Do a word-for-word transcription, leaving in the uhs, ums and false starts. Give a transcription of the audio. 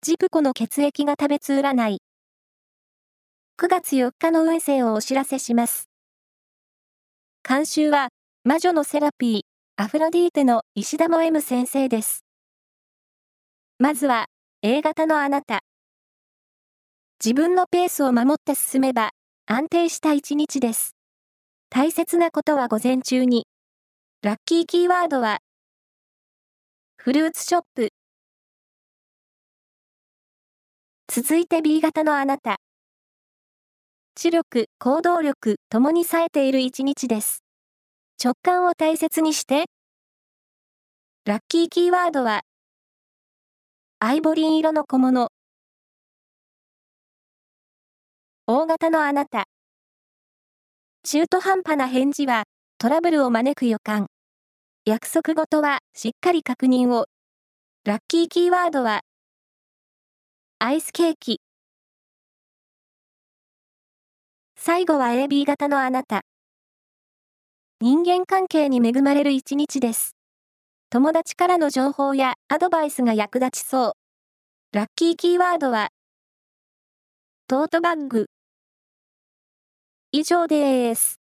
ジプコの血液が食べつ占い。くがつよっかの運勢をお知らせします。監修は、魔女のセラピー、アフロディーテの石田も M 先生です。まずは、A 型のあなた。自分のペースを守って進めば、安定した一日です。大切なことは午前中に。ラッキーキーワードは、フルーツショップ。続いて B 型のあなた。知力、行動力、ともに冴えている一日です。直感を大切にして。ラッキーキーワードは、アイボリー色の小物。O 型のあなた。中途半端な返事は、トラブルを招く予感。約束事は、しっかり確認を。ラッキーキーワードは、アイスケーキ。最後は エービー 型のあなた。人間関係に恵まれる一日です。友達からの情報やアドバイスが役立ちそう。ラッキーキーワードは、トートバッグ。以上です。